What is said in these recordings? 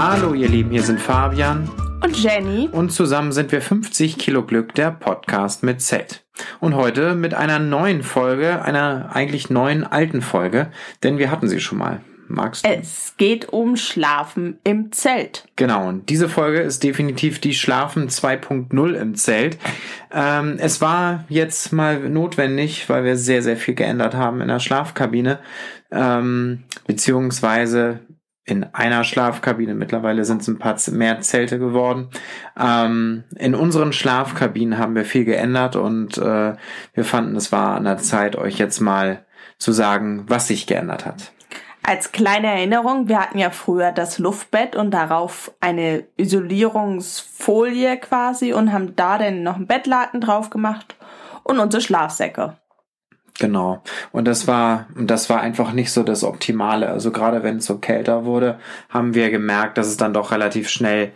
Hallo ihr Lieben, hier sind Fabian und Jenny und zusammen sind wir 50 Kilo Glück, der Podcast mit Z. Und heute mit einer neuen Folge, einer eigentlich neuen alten Folge, denn wir hatten sie schon mal. Magst du? Es geht um Schlafen im Zelt. Genau, und diese Folge ist definitiv die Schlafen 2.0 im Zelt. Es war jetzt mal notwendig, weil wir sehr, sehr viel geändert haben in der Schlafkabine, beziehungsweise in einer Schlafkabine. Mittlerweile sind es ein paar mehr Zelte geworden. In unseren Schlafkabinen haben wir viel geändert und wir fanden, es war an der Zeit, euch jetzt mal zu sagen, was sich geändert hat. Als kleine Erinnerung, wir hatten ja früher das Luftbett und darauf eine Isolierungsfolie quasi und haben da dann noch ein Bettlaken drauf gemacht und unsere Schlafsäcke. Genau. Und das war einfach nicht so das Optimale. Also gerade wenn es so kälter wurde, haben wir gemerkt, dass es dann doch relativ schnell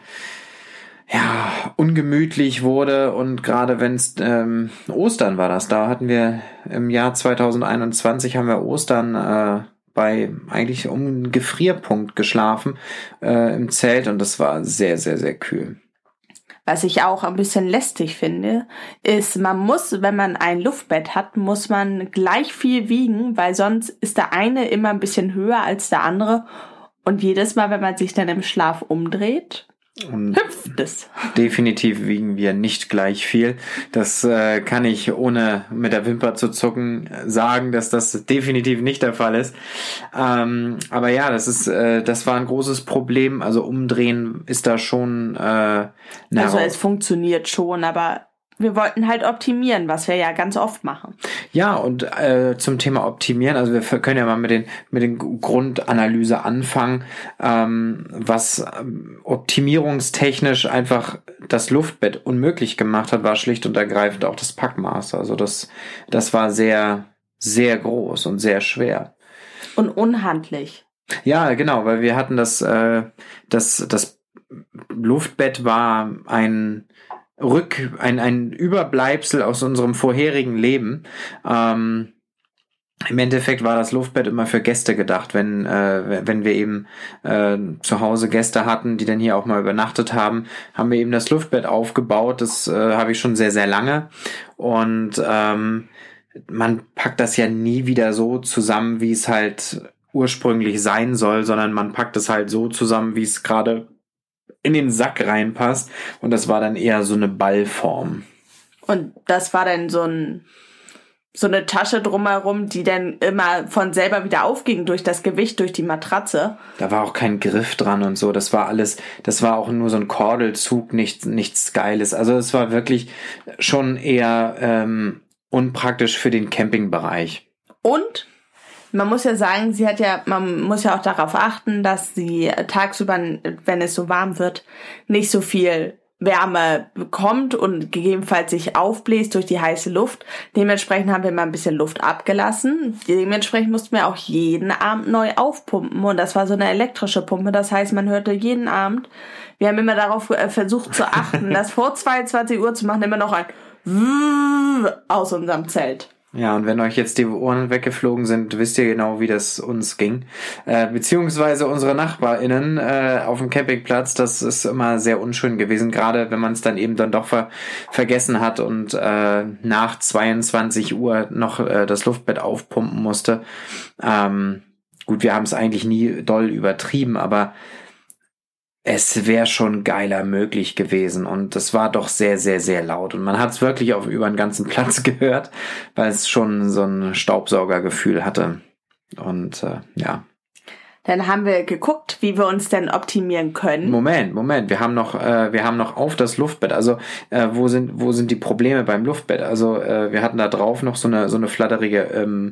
ungemütlich wurde. Und gerade wenn es Ostern war das, da hatten wir im Jahr 2021 haben wir Ostern bei eigentlich um einen Gefrierpunkt geschlafen im Zelt und das war sehr, sehr, sehr kühl. Was ich auch ein bisschen lästig finde, ist, man muss, wenn man ein Luftbett hat, muss man gleich viel wiegen, weil sonst ist der eine immer ein bisschen höher als der andere und jedes Mal, wenn man sich dann im Schlaf umdreht, hüpft es. Definitiv wiegen wir nicht gleich viel. Das kann ich ohne mit der Wimper zu zucken sagen, dass das definitiv nicht der Fall ist. Aber ja, das war ein großes Problem. Also umdrehen ist da schon also es funktioniert schon, aber wir wollten halt optimieren, was wir ja ganz oft machen. Ja, und zum Thema Optimieren, also wir können ja mal mit den Grundanalyse anfangen, was optimierungstechnisch einfach das Luftbett unmöglich gemacht hat, war schlicht und ergreifend auch das Packmaß. Also das war sehr, sehr groß und sehr schwer. Und unhandlich. Ja, genau, weil wir hatten das Luftbett war ein Überbleibsel aus unserem vorherigen Leben. Im Endeffekt war das Luftbett immer für Gäste gedacht, wenn wir eben zu Hause Gäste hatten, die dann hier auch mal übernachtet haben, haben wir eben das Luftbett aufgebaut. Das habe ich schon sehr, sehr lange. Und man packt das ja nie wieder so zusammen, wie es halt ursprünglich sein soll, sondern man packt es halt so zusammen, wie es gerade in den Sack reinpasst und das war dann eher so eine Ballform. Und das war dann so eine Tasche drumherum, die dann immer von selber wieder aufging durch das Gewicht, durch die Matratze. Da war auch kein Griff dran und so, das war auch nur so ein Kordelzug, nichts Geiles. Also es war wirklich schon eher unpraktisch für den Campingbereich. Und man muss ja sagen, man muss ja auch darauf achten, dass sie tagsüber, wenn es so warm wird, nicht so viel Wärme bekommt und gegebenenfalls sich aufbläst durch die heiße Luft. Dementsprechend haben wir mal ein bisschen Luft abgelassen. Dementsprechend mussten wir auch jeden Abend neu aufpumpen und das war so eine elektrische Pumpe. Das heißt, man hörte jeden Abend, wir haben immer darauf versucht zu achten, das vor 22 Uhr zu machen, immer noch ein aus unserem Zelt. Ja, und wenn euch jetzt die Ohren weggeflogen sind, wisst ihr genau, wie das uns ging. Beziehungsweise unsere NachbarInnen auf dem Campingplatz, das ist immer sehr unschön gewesen, gerade wenn man es dann eben dann doch vergessen hat und nach 22 Uhr noch das Luftbett aufpumpen musste. Gut, wir haben es eigentlich nie doll übertrieben, aber es wäre schon geiler möglich gewesen und es war doch sehr, sehr, sehr laut und man hat es wirklich über den ganzen Platz gehört, weil es schon so ein Staubsaugergefühl hatte und ja. Dann haben wir geguckt, wie wir uns denn optimieren können. Moment. Wir haben noch auf das Luftbett. Also wo sind die Probleme beim Luftbett? Also wir hatten da drauf noch so eine flatterige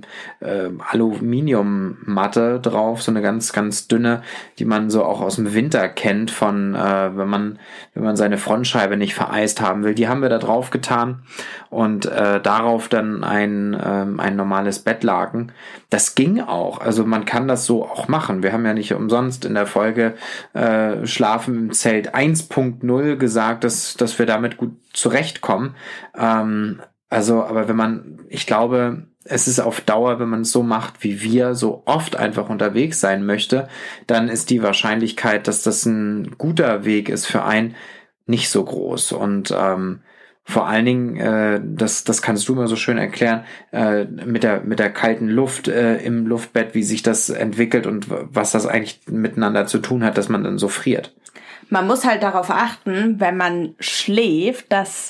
Aluminiummatte drauf, so eine ganz, ganz dünne, die man so auch aus dem Winter kennt von wenn man seine Frontscheibe nicht vereist haben will. Die haben wir da drauf getan und darauf dann ein normales Bettlaken. Das ging auch. Also man kann das so auch machen. Wir haben ja nicht umsonst in der Folge Schlafen im Zelt 1.0 gesagt, dass wir damit gut zurechtkommen. Also, aber ich glaube, es ist auf Dauer, wenn man es so macht, wie wir, so oft einfach unterwegs sein möchte, dann ist die Wahrscheinlichkeit, dass das ein guter Weg ist für einen, nicht so groß. Und vor allen Dingen, das kannst du mir so schön erklären, mit der kalten Luft im Luftbett, wie sich das entwickelt und was das eigentlich miteinander zu tun hat, dass man dann so friert. Man muss halt darauf achten, wenn man schläft, dass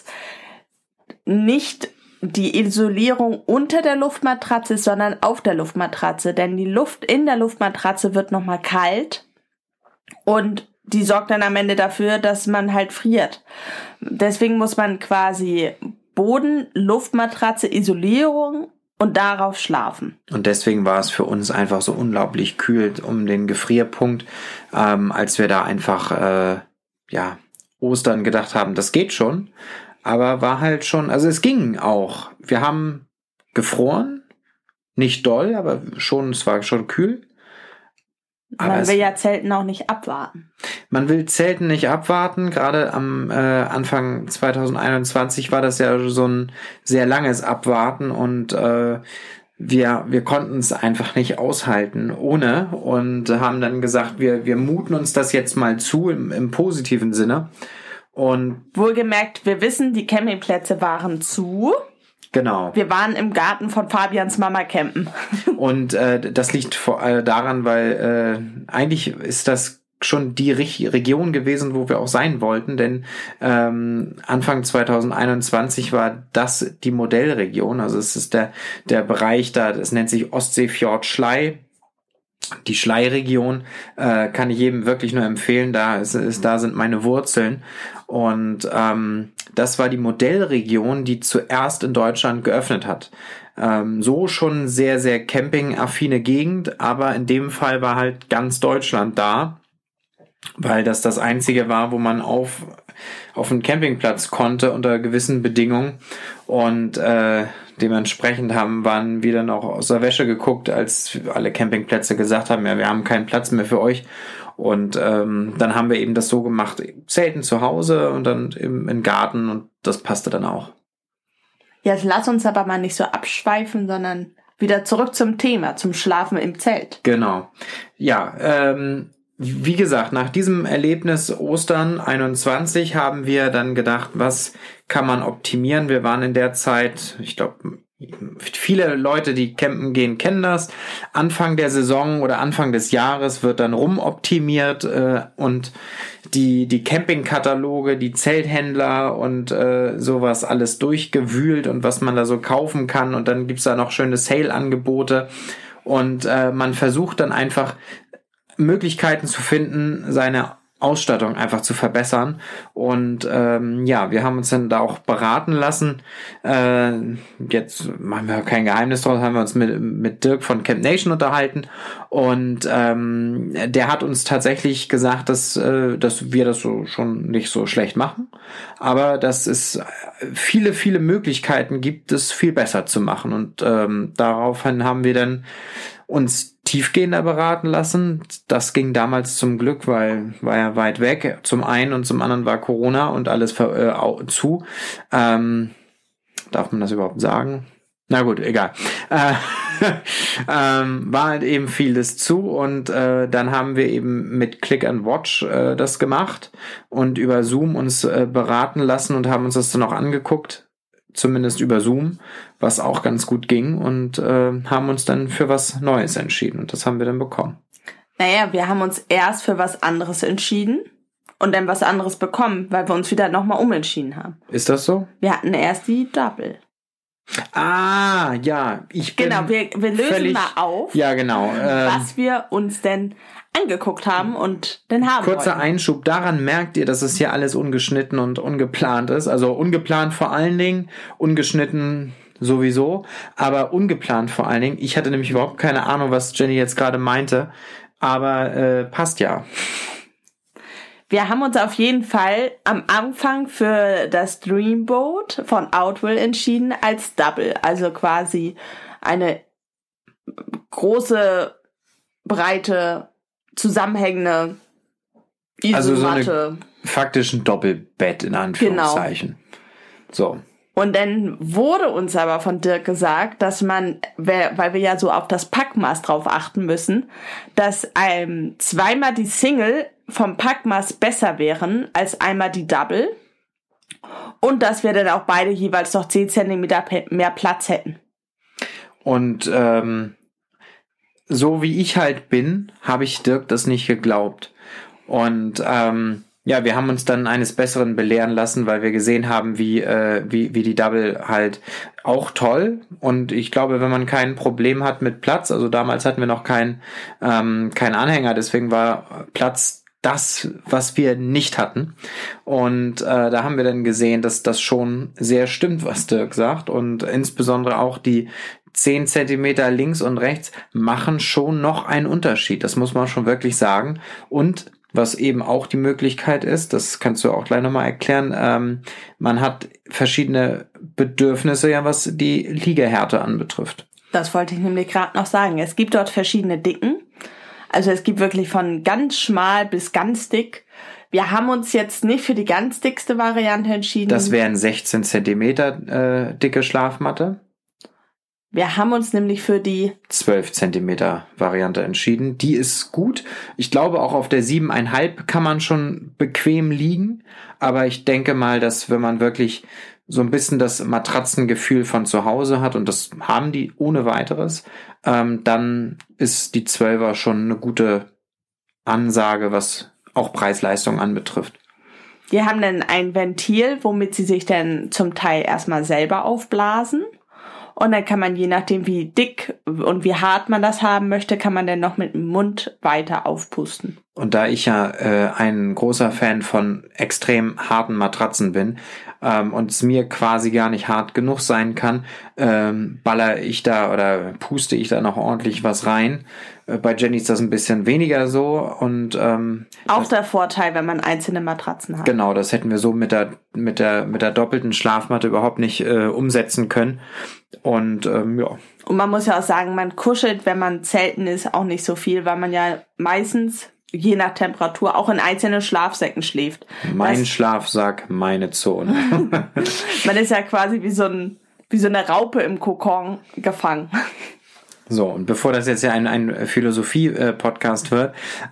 nicht die Isolierung unter der Luftmatratze ist, sondern auf der Luftmatratze. Denn die Luft in der Luftmatratze wird nochmal kalt und die sorgt dann am Ende dafür, dass man halt friert. Deswegen muss man quasi Boden, Luftmatratze, Isolierung und darauf schlafen. Und deswegen war es für uns einfach so unglaublich kühl um den Gefrierpunkt, als wir da einfach Ostern gedacht haben, das geht schon. Aber war halt schon, also es ging auch. Wir haben gefroren, nicht doll, aber schon, es war schon kühl. Man will ja Zelten auch nicht abwarten. Man will Zelten nicht abwarten. Gerade am Anfang 2021 war das ja so ein sehr langes Abwarten und wir konnten es einfach nicht aushalten ohne und haben dann gesagt, wir muten uns das jetzt mal zu im positiven Sinne. Und wohlgemerkt, wir wissen, die Campingplätze waren zu. Genau. Wir waren im Garten von Fabians Mama campen. Und das liegt daran, weil eigentlich ist das schon die Region gewesen, wo wir auch sein wollten, denn Anfang 2021 war das die Modellregion, also es ist der Bereich da, das nennt sich Ostseefjord Schlei. Die Schlei-Region kann ich jedem wirklich nur empfehlen, da sind meine Wurzeln und das war die Modellregion, die zuerst in Deutschland geöffnet hat. So schon sehr, sehr campingaffine Gegend, aber in dem Fall war halt ganz Deutschland da, weil das einzige war, wo man auf einen Campingplatz konnte unter gewissen Bedingungen und dementsprechend waren wir dann auch aus der Wäsche geguckt, als alle Campingplätze gesagt haben, ja, wir haben keinen Platz mehr für euch. Und dann haben wir eben das so gemacht, Zelten zu Hause und dann im Garten und das passte dann auch. Jetzt lass uns aber mal nicht so abschweifen, sondern wieder zurück zum Thema, zum Schlafen im Zelt. Genau. Ja, wie gesagt, nach diesem Erlebnis Ostern 21 haben wir dann gedacht, was kann man optimieren? Wir waren in der Zeit, ich glaube, viele Leute, die campen gehen, kennen das. Anfang der Saison oder Anfang des Jahres wird dann rumoptimiert und die Campingkataloge, die Zelthändler und sowas alles durchgewühlt und was man da so kaufen kann. Und dann gibt's da noch schöne Sale-Angebote und man versucht dann einfach Möglichkeiten zu finden, seine Ausstattung einfach zu verbessern. Und wir haben uns dann da auch beraten lassen. Jetzt machen wir kein Geheimnis draus, haben wir uns mit Dirk von Camp Nation unterhalten. Und der hat uns tatsächlich gesagt, dass wir das so schon nicht so schlecht machen. Aber dass es viele, viele Möglichkeiten gibt, es viel besser zu machen. Und daraufhin haben wir dann uns tiefgehender beraten lassen. Das ging damals zum Glück, weil war ja weit weg. Zum einen und zum anderen war Corona und alles zu. Darf man das überhaupt sagen? Na gut, egal. War halt eben vieles zu und dann haben wir eben mit Click and Watch das gemacht und über Zoom uns beraten lassen und haben uns das dann auch angeguckt, zumindest über Zoom, was auch ganz gut ging und haben uns dann für was Neues entschieden und das haben wir dann bekommen. Naja, wir haben uns erst für was anderes entschieden und dann was anderes bekommen, weil wir uns wieder nochmal umentschieden haben. Ist das so? Wir hatten erst die Double. Ah, ja, Genau, wir lösen mal auf, ja, genau, was wir uns denn angeguckt haben und dann haben kurzer wollten. Einschub, daran merkt ihr, dass es hier alles ungeschnitten und ungeplant ist. Also ungeplant vor allen Dingen, ungeschnitten sowieso, aber ungeplant vor allen Dingen. Ich hatte nämlich überhaupt keine Ahnung, was Jenny jetzt gerade meinte, aber passt ja. Wir haben uns auf jeden Fall am Anfang für das Dreamboat von Outwell entschieden als Double. Also quasi eine große, breite, zusammenhängende Isomatte. Also so faktisch ein Doppelbett in Anführungszeichen. Genau. So. Und dann wurde uns aber von Dirk gesagt, dass man, weil wir ja so auf das Packmaß drauf achten müssen, dass zweimal die Single vom Packmaß besser wären als einmal die Double. Und dass wir dann auch beide jeweils noch 10 Zentimeter mehr Platz hätten. Und so wie ich halt bin, habe ich Dirk das nicht geglaubt. Und ja, wir haben uns dann eines Besseren belehren lassen, weil wir gesehen haben, wie die Double halt auch toll. Und ich glaube, wenn man kein Problem hat mit Platz, also damals hatten wir noch kein Anhänger, deswegen war Platz das, was wir nicht hatten. Und da haben wir dann gesehen, dass das schon sehr stimmt, was Dirk sagt. Und insbesondere auch die 10 Zentimeter links und rechts machen schon noch einen Unterschied. Das muss man schon wirklich sagen. Und was eben auch die Möglichkeit ist, das kannst du auch gleich nochmal erklären, man hat verschiedene Bedürfnisse, ja, was die Liegehärte anbetrifft. Das wollte ich nämlich gerade noch sagen. Es gibt dort verschiedene Dicken. Also es gibt wirklich von ganz schmal bis ganz dick. Wir haben uns jetzt nicht für die ganz dickste Variante entschieden. Das wären 16 Zentimeter dicke Schlafmatte. Wir haben uns nämlich für die 12 Zentimeter Variante entschieden. Die ist gut. Ich glaube, auch auf der 7,5 kann man schon bequem liegen. Aber ich denke mal, dass wenn man wirklich so ein bisschen das Matratzengefühl von zu Hause hat, und das haben die ohne weiteres, dann ist die 12er schon eine gute Ansage, was auch Preis-Leistung anbetrifft. Die haben dann ein Ventil, womit sie sich dann zum Teil erstmal selber aufblasen. Und dann kann man, je nachdem wie dick und wie hart man das haben möchte, kann man dann noch mit dem Mund weiter aufpusten. Und da ich ja ein großer Fan von extrem harten Matratzen bin und es mir quasi gar nicht hart genug sein kann, baller ich da oder puste ich da noch ordentlich was rein. Bei Jenny ist das ein bisschen weniger so. Und auch der Vorteil, wenn man einzelne Matratzen hat. Genau, das hätten wir so mit der doppelten Schlafmatte überhaupt nicht umsetzen können. Und ja. Und man muss ja auch sagen, man kuschelt, wenn man zelten ist, auch nicht so viel, weil man ja meistens, je nach Temperatur, auch in einzelnen Schlafsäcken schläft. Mein Schlafsack, meine Zone. Man ist ja quasi wie so eine Raupe im Kokon gefangen. So, und bevor das jetzt ja ein Philosophie-Podcast wird,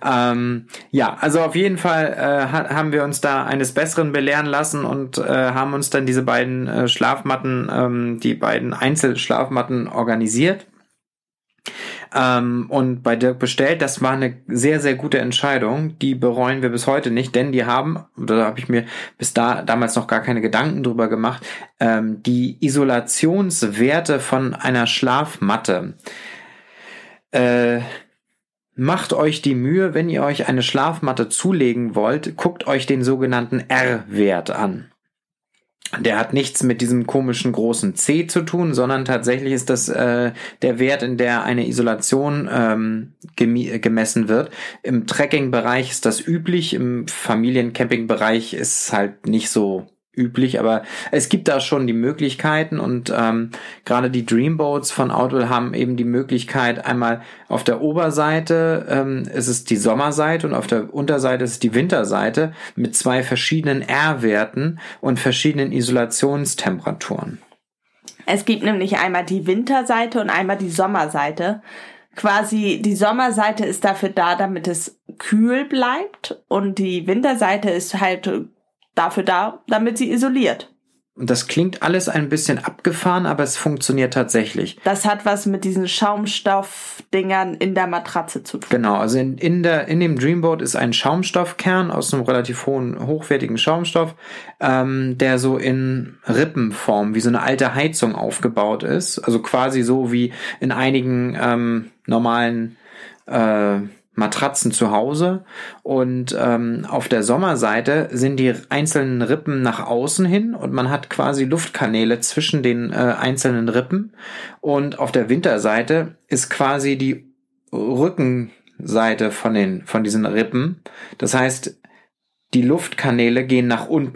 ja, also auf jeden Fall haben wir uns da eines Besseren belehren lassen und haben uns dann diese beiden Schlafmatten, die beiden Einzelschlafmatten organisiert und bei Dirk bestellt. Das war eine sehr, sehr gute Entscheidung. Die bereuen wir bis heute nicht, denn die haben, da habe ich mir damals noch gar keine Gedanken drüber gemacht, die Isolationswerte von einer Schlafmatte. Macht euch die Mühe, wenn ihr euch eine Schlafmatte zulegen wollt, guckt euch den sogenannten R-Wert an. Der hat nichts mit diesem komischen großen C zu tun, sondern tatsächlich ist das der Wert, in der eine Isolation gemessen wird. Im Trekking-Bereich ist das üblich, im Familiencamping-Bereich ist es halt nicht so üblich, aber es gibt da schon die Möglichkeiten und gerade die Dreamboats von Outwell haben eben die Möglichkeit, einmal auf der Oberseite ist es die Sommerseite und auf der Unterseite ist es die Winterseite mit 2 verschiedenen R-Werten und verschiedenen Isolationstemperaturen. Es gibt nämlich einmal die Winterseite und einmal die Sommerseite. Quasi die Sommerseite ist dafür da, damit es kühl bleibt und die Winterseite ist halt dafür da, damit sie isoliert. Und das klingt alles ein bisschen abgefahren, aber es funktioniert tatsächlich. Das hat was mit diesen Schaumstoffdingern in der Matratze zu tun. Genau, also in dem Dreamboat ist ein Schaumstoffkern aus einem relativ hochwertigen Schaumstoff, der so in Rippenform, wie so eine alte Heizung aufgebaut ist. Also quasi so wie in einigen normalen Matratzen zu Hause und auf der Sommerseite sind die einzelnen Rippen nach außen hin und man hat quasi Luftkanäle zwischen den einzelnen Rippen und auf der Winterseite ist quasi die Rückenseite von diesen Rippen. Das heißt, die Luftkanäle gehen nach unten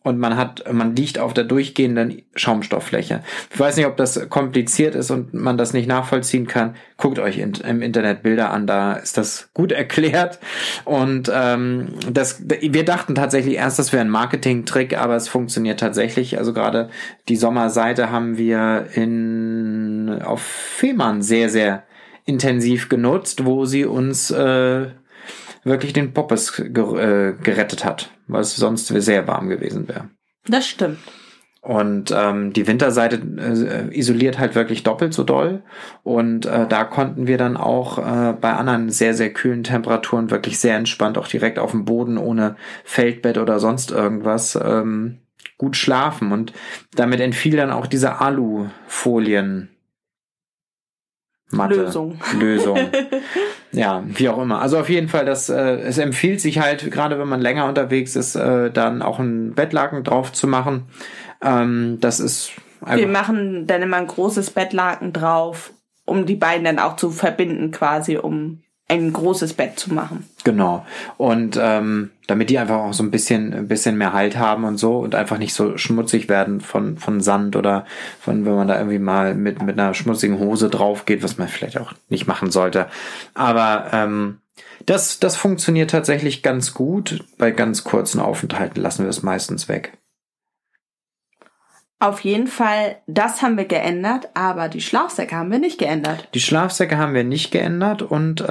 und man liegt auf der durchgehenden Schaumstofffläche. Ich weiß nicht, ob das kompliziert ist und man das nicht nachvollziehen kann. Guckt euch im Internet Bilder an, da ist das gut erklärt. Und wir dachten tatsächlich erst, das wäre ein Marketing-Trick, aber es funktioniert tatsächlich. Also gerade die Sommerseite haben wir auf Fehmarn sehr, sehr intensiv genutzt, wo sie uns wirklich den Poppes gerettet hat, weil es sonst sehr warm gewesen wäre. Das stimmt. Und die Winterseite isoliert halt wirklich doppelt so doll. Und da konnten wir dann auch bei anderen sehr, sehr kühlen Temperaturen wirklich sehr entspannt auch direkt auf dem Boden ohne Feldbett oder sonst irgendwas gut schlafen. Und damit entfiel dann auch diese Alufolien Lösung. Ja, wie auch immer. Also auf jeden Fall, es empfiehlt sich halt, gerade wenn man länger unterwegs ist, dann auch einen Bettlaken drauf zu machen. Das ist wir machen dann immer ein großes Bettlaken drauf, um die beiden dann auch zu verbinden quasi, um ein großes Bett zu machen. Genau. Und damit die einfach auch so ein bisschen mehr Halt haben und so und einfach nicht so schmutzig werden von Sand oder wenn man da irgendwie mal mit einer schmutzigen Hose drauf geht, was man vielleicht auch nicht machen sollte. Aber das funktioniert tatsächlich ganz gut. Bei ganz kurzen Aufenthalten lassen wir es meistens weg. Auf jeden Fall, das haben wir geändert, aber die Schlafsäcke haben wir nicht geändert. Die Schlafsäcke haben wir nicht geändert und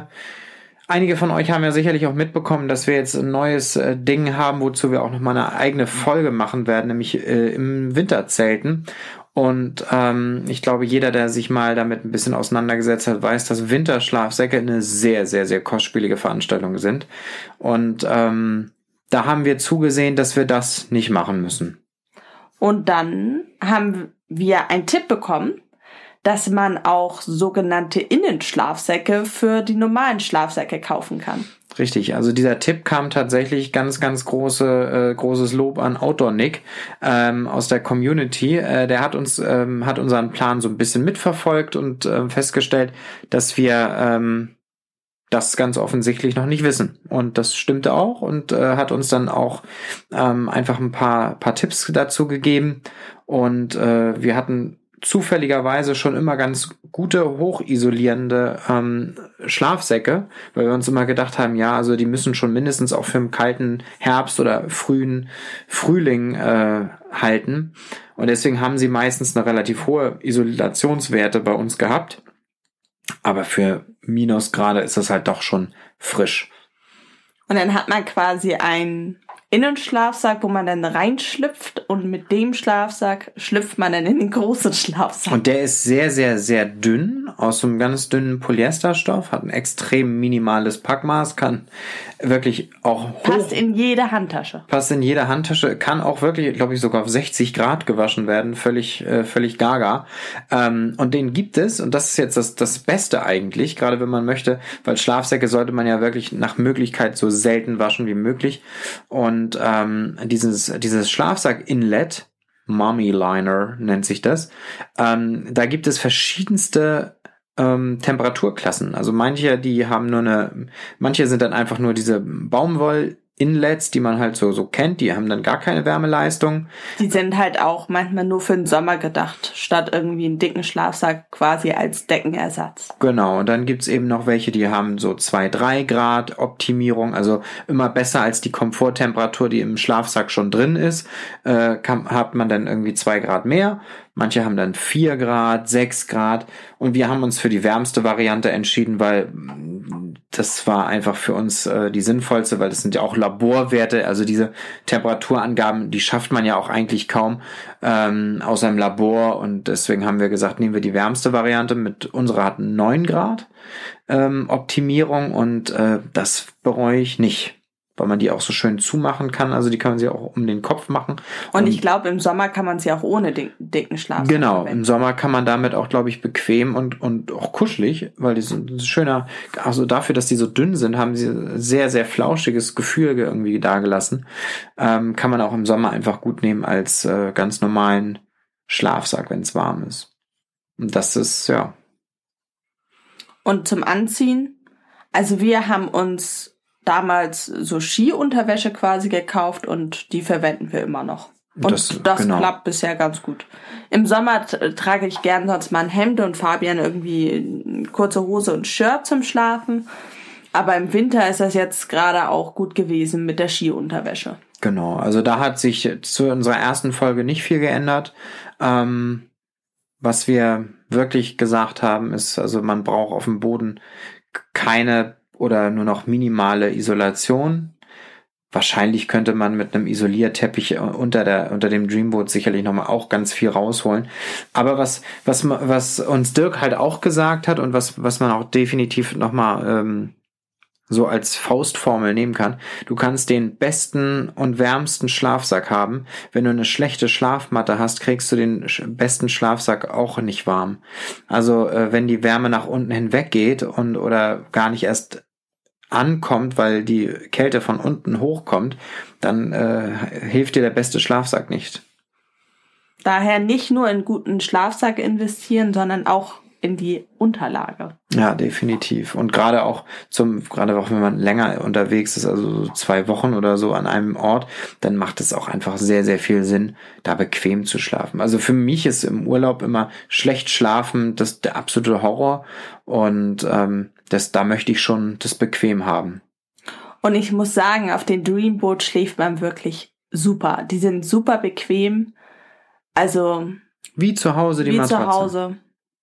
einige von euch haben ja sicherlich auch mitbekommen, dass wir jetzt ein neues Ding haben, wozu wir auch nochmal eine eigene Folge machen werden, nämlich im Winterzelten. Und ich glaube, jeder, der sich mal damit ein bisschen auseinandergesetzt hat, weiß, dass Winterschlafsäcke eine sehr, sehr, sehr kostspielige Veranstaltung sind. Und da haben wir zugesehen, dass wir das nicht machen müssen. Und dann haben wir einen Tipp bekommen, dass man auch sogenannte Innenschlafsäcke für die normalen Schlafsäcke kaufen kann. Richtig, also dieser Tipp kam tatsächlich ganz, ganz großes Lob an Outdoor Nick aus der Community. Der hat unseren Plan so ein bisschen mitverfolgt und festgestellt, dass wir das ganz offensichtlich noch nicht wissen. Und das stimmte auch und hat uns dann auch einfach ein paar Tipps dazu gegeben. Und wir hatten zufälligerweise schon immer ganz gute, hochisolierende Schlafsäcke, weil wir uns immer gedacht haben, ja, also die müssen schon mindestens auch für einen kalten Herbst oder frühen Frühling halten. Und deswegen haben sie meistens eine relativ hohe Isolationswerte bei uns gehabt. Aber für Minusgrade ist das halt doch schon frisch. Und dann hat man quasi einen Innenschlafsack, wo man dann reinschlüpft und mit dem Schlafsack schlüpft man dann in den großen Schlafsack. Und der ist sehr, sehr, sehr dünn, aus so einem ganz dünnen Polyesterstoff, hat ein extrem minimales Packmaß, kann wirklich auch passt in jede Handtasche. Passt in jede Handtasche, kann auch wirklich, glaube ich, sogar auf 60 Grad gewaschen werden, völlig gaga. Und den gibt es, und das ist jetzt das Beste eigentlich, gerade wenn man möchte, weil Schlafsäcke sollte man ja wirklich nach Möglichkeit so selten waschen wie möglich. Und dieses Schlafsack-Inlet, Mommy Liner nennt sich das, da gibt es verschiedenste Temperaturklassen. Also manche sind dann einfach nur diese Baumwoll-Inlets, die man halt so kennt, die haben dann gar keine Wärmeleistung. Die sind halt auch manchmal nur für den Sommer gedacht, statt irgendwie einen dicken Schlafsack quasi als Deckenersatz. Genau, und dann gibt's eben noch welche, die haben so 2-3 Grad Optimierung, also immer besser als die Komforttemperatur, die im Schlafsack schon drin ist, hat man dann irgendwie 2 Grad mehr. Manche haben dann 4 Grad, 6 Grad und wir haben uns für die wärmste Variante entschieden, weil das war einfach für uns die sinnvollste, weil das sind ja auch Laborwerte, also diese Temperaturangaben, die schafft man ja auch eigentlich kaum aus einem Labor und deswegen haben wir gesagt, nehmen wir die wärmste Variante unserer hat 9 Grad Optimierung und das bereue ich nicht. Weil man die auch so schön zumachen kann. Also die kann man sich auch um den Kopf machen. Und ich glaube, im Sommer kann man sie auch ohne dicken Schlafsack genau, verwenden. Im Sommer kann man damit auch, glaube ich, bequem und auch kuschelig, weil die sind schöner, also dafür, dass die so dünn sind, haben sie sehr, sehr flauschiges Gefühl irgendwie dagelassen. Kann man auch im Sommer einfach gut nehmen als ganz normalen Schlafsack, wenn es warm ist. Und das ist, ja. Und zum Anziehen, also wir haben uns damals so Skiunterwäsche quasi gekauft und die verwenden wir immer noch. Und das genau. Klappt bisher ganz gut. Im Sommer trage ich gern sonst mal ein Hemd und Fabian irgendwie kurze Hose und Shirt zum Schlafen. Aber im Winter ist das jetzt gerade auch gut gewesen mit der Skiunterwäsche. Genau, also da hat sich zu unserer ersten Folge nicht viel geändert. Was wir wirklich gesagt haben, ist, also man braucht auf dem Boden keine oder nur noch minimale Isolation. Wahrscheinlich könnte man mit einem Isolierteppich unter dem Dreamboat sicherlich nochmal auch ganz viel rausholen. Aber was uns Dirk halt auch gesagt hat und was man auch definitiv nochmal so als Faustformel nehmen kann, du kannst den besten und wärmsten Schlafsack haben. Wenn du eine schlechte Schlafmatte hast, kriegst du den besten Schlafsack auch nicht warm. Also wenn die Wärme nach unten hinweg geht oder gar nicht erst ankommt, weil die Kälte von unten hochkommt, dann hilft dir der beste Schlafsack nicht. Daher nicht nur in guten Schlafsack investieren, sondern auch in die Unterlage. Ja, definitiv. Und gerade auch wenn man länger unterwegs ist, also so 2 Wochen oder so an einem Ort, dann macht es auch einfach sehr, sehr viel Sinn, da bequem zu schlafen. Also für mich ist im Urlaub immer schlecht schlafen der absolute Horror und da möchte ich schon das bequem haben. Und ich muss sagen, auf den Dreamboat schläft man wirklich super. Die sind super bequem. Also wie zu Hause die Matratze. Wie zu Hause.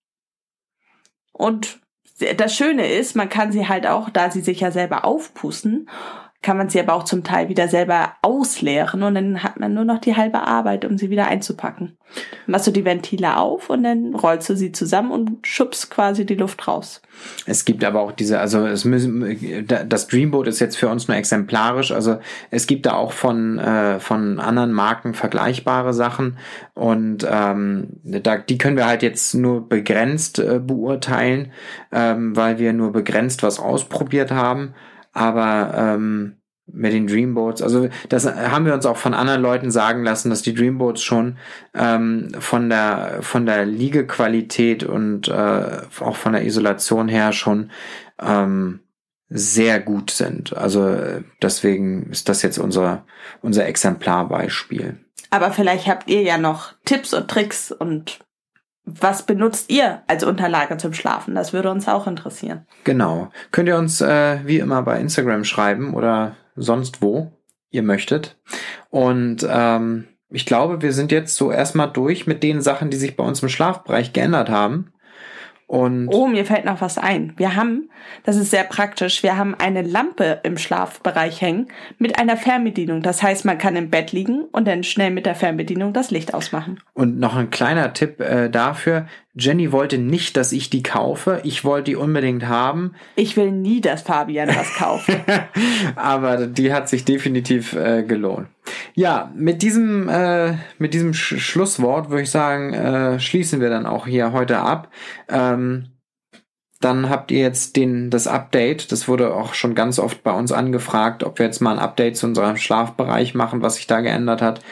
Und das Schöne ist, man kann sie halt auch, da sie sich ja selber aufpusten, kann man sie aber auch zum Teil wieder selber ausleeren und dann hat man nur noch die halbe Arbeit, um sie wieder einzupacken. Machst du die Ventile auf und dann rollst du sie zusammen und schubst quasi die Luft raus. Es gibt aber auch das Dreamboat ist jetzt für uns nur exemplarisch, also es gibt da auch von anderen Marken vergleichbare Sachen und die können wir halt jetzt nur begrenzt beurteilen, weil wir nur begrenzt was ausprobiert haben. Aber mit den Dreamboats, also das haben wir uns auch von anderen Leuten sagen lassen, dass die Dreamboats schon von der Liegequalität und auch von der Isolation her schon sehr gut sind. Also deswegen ist das jetzt unser Exemplarbeispiel. Aber vielleicht habt ihr ja noch Tipps und Tricks und was benutzt ihr als Unterlage zum Schlafen? Das würde uns auch interessieren. Genau. Könnt ihr uns wie immer bei Instagram schreiben oder sonst wo ihr möchtet. Und ich glaube, wir sind jetzt so erstmal durch mit den Sachen, die sich bei uns im Schlafbereich geändert haben. Und mir fällt noch was ein. Das ist sehr praktisch, wir haben eine Lampe im Schlafbereich hängen mit einer Fernbedienung. Das heißt, man kann im Bett liegen und dann schnell mit der Fernbedienung das Licht ausmachen. Und noch ein kleiner Tipp dafür. Jenny wollte nicht, dass ich die kaufe. Ich wollte die unbedingt haben. Ich will nie, dass Fabian was kauft. Aber die hat sich definitiv gelohnt. Ja, mit diesem Schlusswort würde ich sagen, schließen wir dann auch hier heute ab. Dann habt ihr jetzt das Update. Das wurde auch schon ganz oft bei uns angefragt, ob wir jetzt mal ein Update zu unserem Schlafbereich machen, was sich da geändert hat.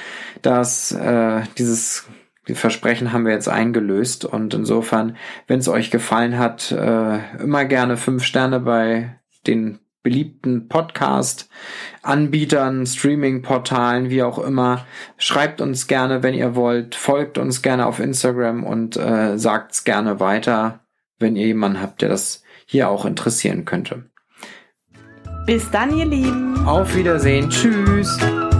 Die Versprechen haben wir jetzt eingelöst und insofern, wenn es euch gefallen hat, immer gerne 5 Sterne bei den beliebten Podcast-Anbietern, Streaming-Portalen, wie auch immer. Schreibt uns gerne, wenn ihr wollt, folgt uns gerne auf Instagram und sagt's gerne weiter, wenn ihr jemanden habt, der das hier auch interessieren könnte. Bis dann, ihr Lieben. Auf Wiedersehen. Tschüss.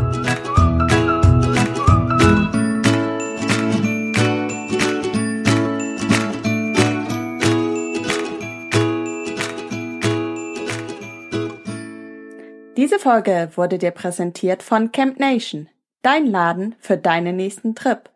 Diese Folge wurde dir präsentiert von Camp Nation, dein Laden für deinen nächsten Trip.